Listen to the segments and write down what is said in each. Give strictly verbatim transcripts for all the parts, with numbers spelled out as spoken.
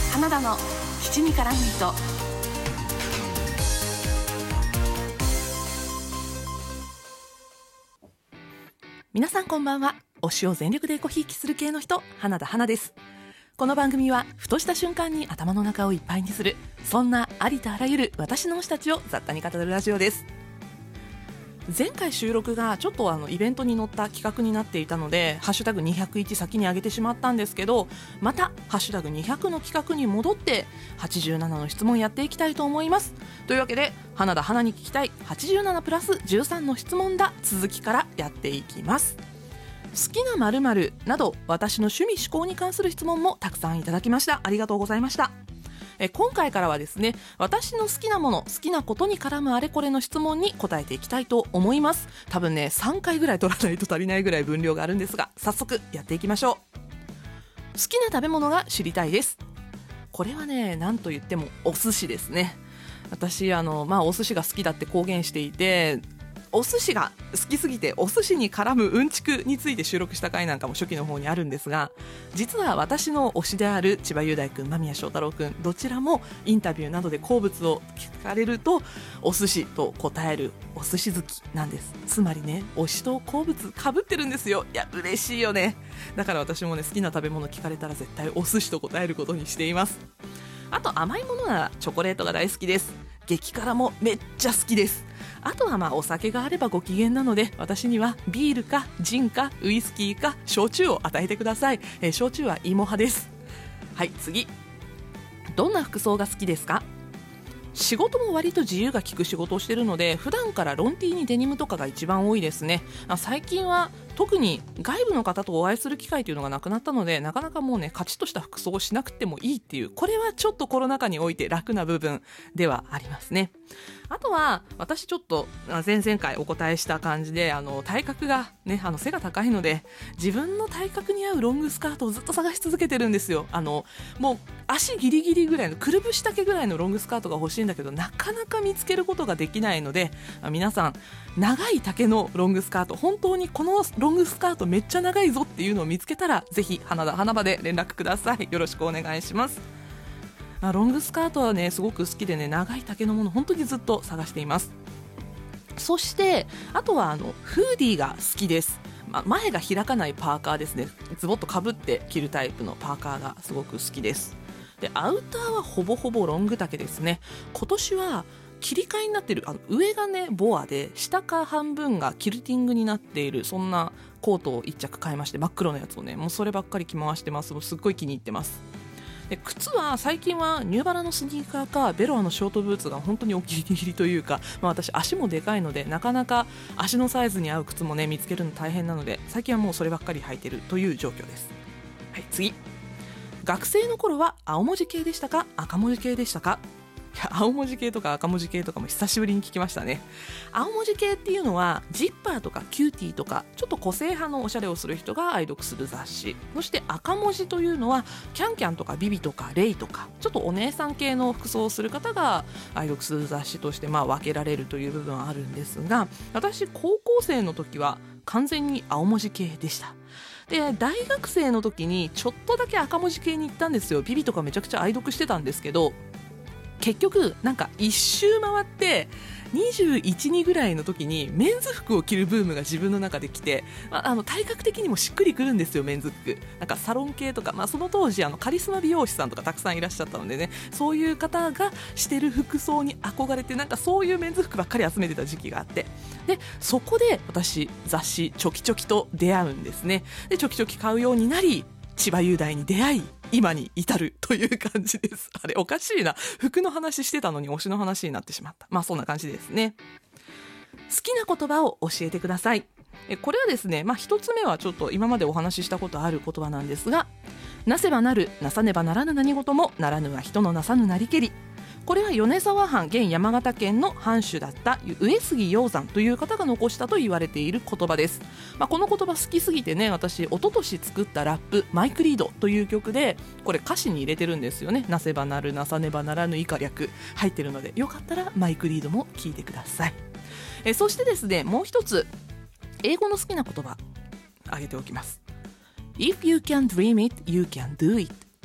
花田の七味からむ糸。皆さんこんばんは。推しを全力でエコひいきする系の人、花田花です。この番組はふとした瞬間に頭の中をいっぱいにする、そんなありとあらゆる私の推したちを雑多に語るラジオです。前回収録がちょっとあのイベントに載った企画になっていたので、ハッシュタグにひゃくいち先に上げてしまったんですけど、またハッシュタグにひゃくの企画に戻ってはちじゅうななの質問やっていきたいと思います。というわけで、花田花に聞きたいはちじゅうななプラスじゅうさんの質問だ続きからやっていきます。好きな〇〇など私の趣味嗜好に関する質問もたくさんいただきました。ありがとうございました。え今回からはですね、私の好きなもの、好きなことに絡むあれこれの質問に答えていきたいと思います。多分ね、さんかいぐらい取らないと足りないぐらい分量があるんですが、早速やっていきましょう。好きな食べ物が知りたいです。これはね、何と言ってもお寿司ですね。私あの、まあ、お寿司が好きだって公言していて、お寿司が好きすぎてお寿司に絡むうんちくについて収録した回なんかも初期の方にあるんですが、実は私の推しである千葉雄大君、間宮祥太朗君、どちらもインタビューなどで好物を聞かれるとお寿司と答えるお寿司好きなんです。つまりね、推しと好物かぶってるんですよ。いや嬉しいよね。だから私もね、好きな食べ物聞かれたら絶対お寿司と答えることにしています。あと甘いものならチョコレートが大好きです。激辛もめっちゃ好きです。あとはまあお酒があればご機嫌なので、私にはビールかジンかウイスキーか焼酎を与えてください。えー、焼酎は芋派です。はい、次。どんな服装が好きですか？仕事も割と自由が利く仕事をしているので、普段からロンティーにデニムとかが一番多いですね。あ、最近は特に外部の方とお会いする機会というのがなくなったので、なかなかもうね、カチッとした服装をしなくてもいいっていう、これはちょっとコロナ禍において楽な部分ではありますね。あとは私ちょっと前々回お答えした感じで、あの体格がね、あの背が高いので、自分の体格に合うロングスカートをずっと探し続けてるんですよ。あのもう足ギリギリぐらいの、くるぶし丈ぐらいのロングスカートが欲しいんだけど、なかなか見つけることができないので、皆さん長い丈のロングスカート、本当にこのロングスカートめっちゃ長いぞっていうのを見つけたら、ぜひ花田花場で連絡ください。よろしくお願いします。ロングスカートはね、すごく好きでね、長い丈のもの本当にずっと探しています。そしてあとはあのフーディーが好きです。ま、前が開かないパーカーですね。ズボッとかぶって着るタイプのパーカーがすごく好きです。で、アウターはほぼほぼロング丈ですね。今年は切り替えになっている、あの上がねボアで下か半分がキルティングになっている、そんなコートをいっ着買いまして、真っ黒のやつをね、もうそればっかり着回してます。もうすっごい気に入ってます。で、靴は最近はニューバラのスニーカーかベロアのショートブーツが本当にお気に入りというか、まあ、私足もでかいので、なかなか足のサイズに合う靴もね見つけるの大変なので、最近はもうそればっかり履いてるという状況です。はい、次。学生の頃は青文字系でしたか、赤文字系でしたか？いや、青文字系とか赤文字系とかも久しぶりに聞きましたね。青文字系っていうのはジッパーとかキューティーとか、ちょっと個性派のおしゃれをする人が愛読する雑誌。そして赤文字というのはキャンキャンとかビビとかレイとか、ちょっとお姉さん系の服装をする方が愛読する雑誌としてまあ分けられるという部分はあるんですが、私高校生の時は完全に青文字系でした。で、大学生の時にちょっとだけ赤文字系に行ったんですよ。ビビとかめちゃくちゃ愛読してたんですけど、結局なんか一周回ってにじゅういち、にぐらいの時にメンズ服を着るブームが自分の中で来て、まあ、あの体格的にもしっくりくるんですよ、メンズ服。なんかサロン系とか、まあ、その当時あのカリスマ美容師さんとかたくさんいらっしゃったのでね、そういう方がしてる服装に憧れて、なんかそういうメンズ服ばっかり集めてた時期があって、でそこで私雑誌チョキチョキと出会うんですね。でチョキチョキ買うようになり、千葉雄大に出会い、今に至るという感じです。あれおかしいな、服の話してたのに推しの話になってしまった。まあそんな感じですね。好きな言葉を教えてください。えこれはですね、まあ一つ目はちょっと今までお話ししたことある言葉なんですが、なせばなる、なさねばならぬ何事も、ならぬは人のなさぬなりけり。これは米沢藩現山形県の藩主だった上杉鷹山という方が残したと言われている言葉です。まあ、この言葉好きすぎてね、私一昨年作ったラップマイクリードという曲でこれ歌詞に入れてるんですよね。なせばなる、なさねばならぬ以下略入ってるので、よかったらマイクリードも聞いてください。えそしてですね、もう一つ英語の好きな言葉挙げておきます。 If you can dream it, you can do it。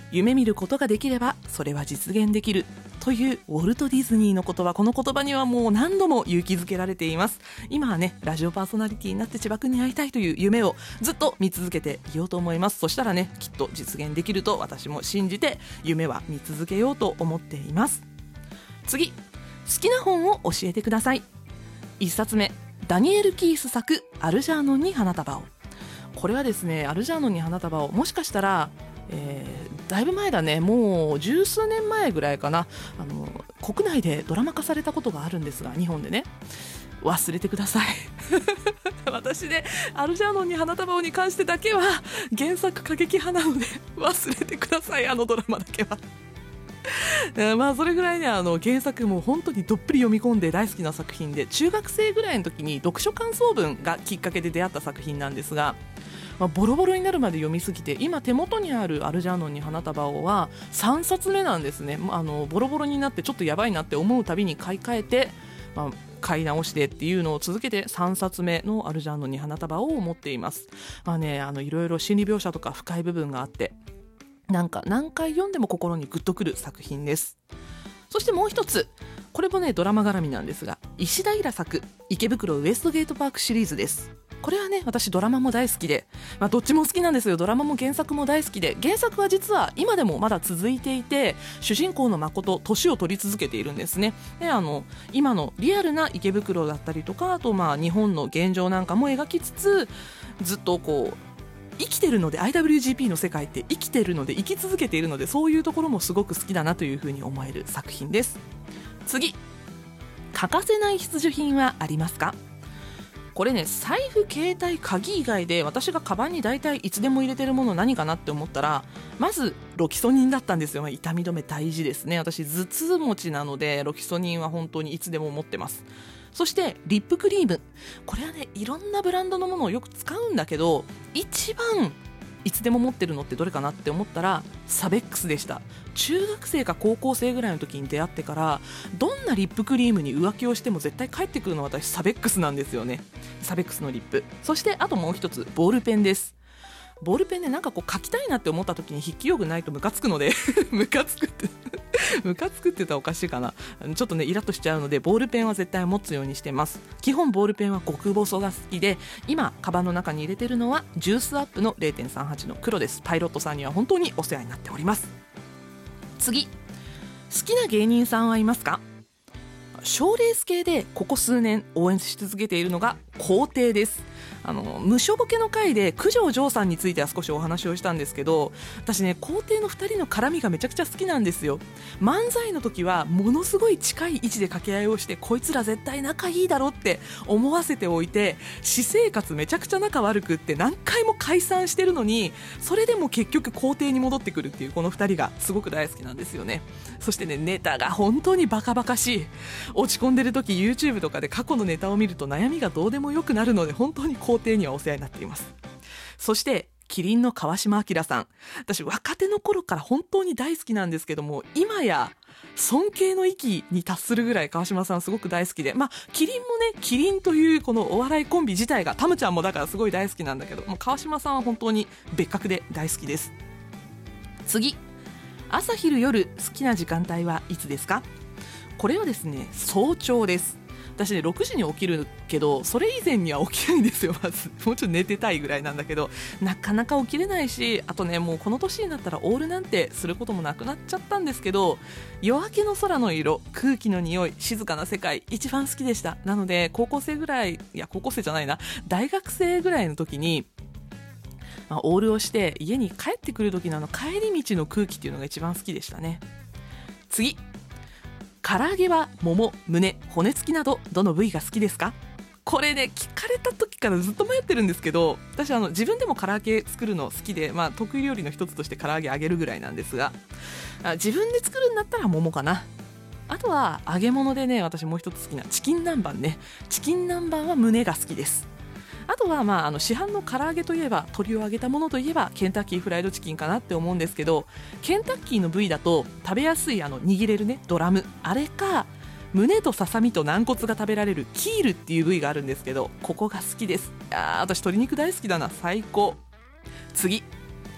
夢見ることができればそれは実現できるというウォルト・ディズニーの言葉、この言葉にはもう何度も勇気づけられています。今はねラジオパーソナリティになって千葉君に会いたいという夢をずっと見続けていようと思います。そしたらねきっと実現できると私も信じて夢は見続けようと思っています。次、好きな本を教えてください。いっさつめ、ダニエル・キース作アルジャーノンに花束を。これはですねアルジャーノンに花束をもしかしたらえー、だいぶ前だね、もう十数年前ぐらいかな、あの国内でドラマ化されたことがあるんですが、日本でね、忘れてください私ねアルジャーノンに花束をに関してだけは原作過激派なので忘れてください、あのドラマだけはまあそれぐらいねあの原作も本当にどっぷり読み込んで大好きな作品で、中学生ぐらいの時に読書感想文がきっかけで出会った作品なんですが、まあ、ボロボロになるまで読みすぎて今手元にあるアルジャーノンに花束をはさんさつめなんですね。あのボロボロになってちょっとやばいなって思うたびに買い替えて、まあ、買い直してっていうのを続けてさんさつめのアルジャーノンに花束を持っています。まあね、あのいろいろ心理描写とか深い部分があってなんか何回読んでも心にグッとくる作品です。そしてもう一つ、これもねドラマ絡みなんですが、石田イラ作池袋ウエストゲートパークシリーズです。これはね私ドラマも大好きで、まあ、どっちも好きなんですよ。ドラマも原作も大好きで、原作は実は今でもまだ続いていて、主人公の誠年を取り続けているんですね。であの今のリアルな池袋だったりとか、あとまあ日本の現状なんかも描きつつ、ずっとこう生きてるので アイダブリュージーピー の世界って生きてるので生き続けているので、そういうところもすごく好きだなというふうに思える作品です。次、欠かせない必需品はありますか。これね、財布、携帯、鍵以外で私がカバンに大体いつでも入れてるもの何かなって思ったら、まずロキソニンだったんですよ。痛み止め大事ですね。私頭痛持ちなのでロキソニンは本当にいつでも持ってます。そしてリップクリーム、これはねいろんなブランドのものをよく使うんだけど、一番いつでも持ってるのってどれかなって思ったらサベックスでした。中学生か高校生ぐらいの時に出会ってから、どんなリップクリームに浮気をしても絶対帰ってくるのは私サベックスなんですよね。サベックスのリップ。そしてあともう一つ、ボールペンです。ボールペンでなんかこう書きたいなって思った時に筆記用具ないとムカつくのでムカつくってムカつくって言ったらおかしいかな、ちょっとねイラッとしちゃうので、ボールペンは絶対持つようにしてます。基本ボールペンは極細が好きで、今カバンの中に入れてるのはジュースアップの ゼロてんさんはち の黒です。パイロットさんには本当にお世話になっております。次、好きな芸人さんはいますか。賞レース系でここ数年応援し続けているのが皇帝です。あの無所ボケの回で九条城さんについては少しお話をしたんですけど、私ね皇帝のふたりの絡みがめちゃくちゃ好きなんですよ。漫才の時はものすごい近い位置で掛け合いをして、こいつら絶対仲いいだろって思わせておいて、私生活めちゃくちゃ仲悪くって何回も解散してるのに、それでも結局皇帝に戻ってくるっていうこのふたりがすごく大好きなんですよね。そしてね、ネタが本当にバカバカしい。落ち込んでる時 YouTube とかで過去のネタを見ると悩みがどうでもよくなるので、本当に皇帝にはお世話になっています。そしてキリンの川島明さん、私若手の頃から本当に大好きなんですけども、今や尊敬の域に達するぐらい川島さんすごく大好きで、まあキリンもね、キリンというこのお笑いコンビ自体が、タムちゃんもだからすごい大好きなんだけど、もう川島さんは本当に別格で大好きです。次、朝昼夜好きな時間帯はいつですか。これはですね、早朝です。私ねろくじに起きるけど、それ以前には起きないんですよ。まずもうちょっと寝てたいぐらいなんだけど、なかなか起きれないし、あとねもうこの年になったらオールなんてすることもなくなっちゃったんですけど、夜明けの空の色、空気の匂い、静かな世界、一番好きでした。なので高校生ぐらい、いや高校生じゃないな、大学生ぐらいの時にまあ、オールをして家に帰ってくる時のあの帰り道の空気っていうのが一番好きでしたね。次、唐揚げはもも、胸、骨付きなどどの部位が好きですか。これね聞かれた時からずっと迷ってるんですけど、私あの自分でも唐揚げ作るの好きで、まあ、得意料理の一つとして唐揚げ揚げるぐらいなんですが、あ自分で作るんだったらももかな。あとは揚げ物でね、私もう一つ好きなチキン南蛮ね。チキン南蛮は胸が好きです。あとは、まあ、あの市販の唐揚げといえば、鶏を揚げたものといえばケンタッキーフライドチキンかなって思うんですけど、ケンタッキーの部位だと食べやすいあの握れるねドラム、あれか胸とささみと軟骨が食べられるキールっていう部位があるんですけど、ここが好きです。あー、私鶏肉大好きだな、最高。次、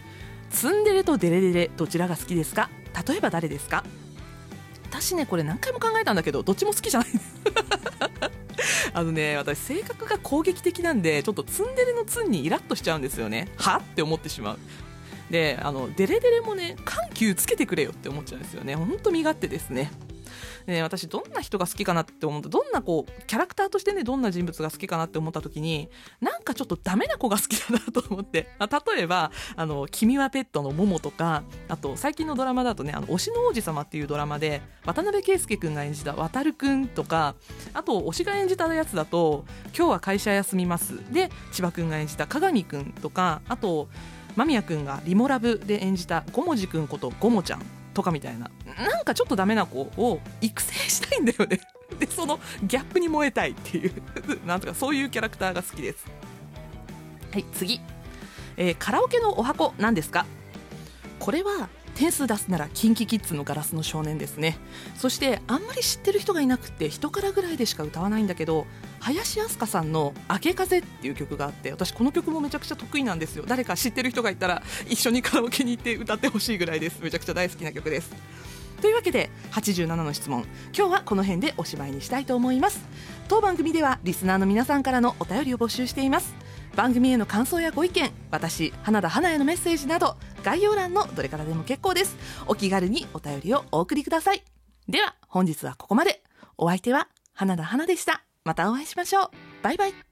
ツンデレとデレデレどちらが好きですか？例えば誰ですか？私ねこれ何回も考えたんだけどどっちも好きじゃないあのね私性格が攻撃的なんでちょっとツンデレのツンにイラッとしちゃうんですよね。はって思ってしまう。であのデレデレもね緩急つけてくれよって思っちゃうんですよね。ほんと身勝手ですね。で私どんな人が好きかなって思うとどんなこうキャラクターとしてねどんな人物が好きかなって思った時になんかちょっとダメな子が好きだなと思ってあ例えばあの君はペットのモモとかあと最近のドラマだとねあの推しの王子様っていうドラマで渡辺圭介くんが演じた渡るくんとかあと推しが演じたやつだと今日は会社休みますで千葉くんが演じた鏡くんとかあと間宮くんがリモラブで演じたごもじくんことごもちゃんとかみたいななんかちょっとダメな子を育成したいんだよねでそのギャップに燃えたいっていうなんとかそういうキャラクターが好きです。はい次、えー、カラオケのお箱なんですか？これは点数出すならキンキキッズのガラスの少年ですね。そしてあんまり知ってる人がいなくて人からぐらいでしか歌わないんだけど林飛鳥さんの明け風っていう曲があって私この曲もめちゃくちゃ得意なんですよ。誰か知ってる人がいたら一緒にカラオケに行って歌ってほしいぐらいです。めちゃくちゃ大好きな曲です。というわけではちじゅうななの質問今日はこの辺でおしまいにしたいと思います。当番組ではリスナーの皆さんからのお便りを募集しています。番組への感想やご意見私花田花へのメッセージなど概要欄のどれからでも結構です。お気軽にお便りをお送りください。では本日はここまで。お相手は花田花でした。またお会いしましょう。バイバイ。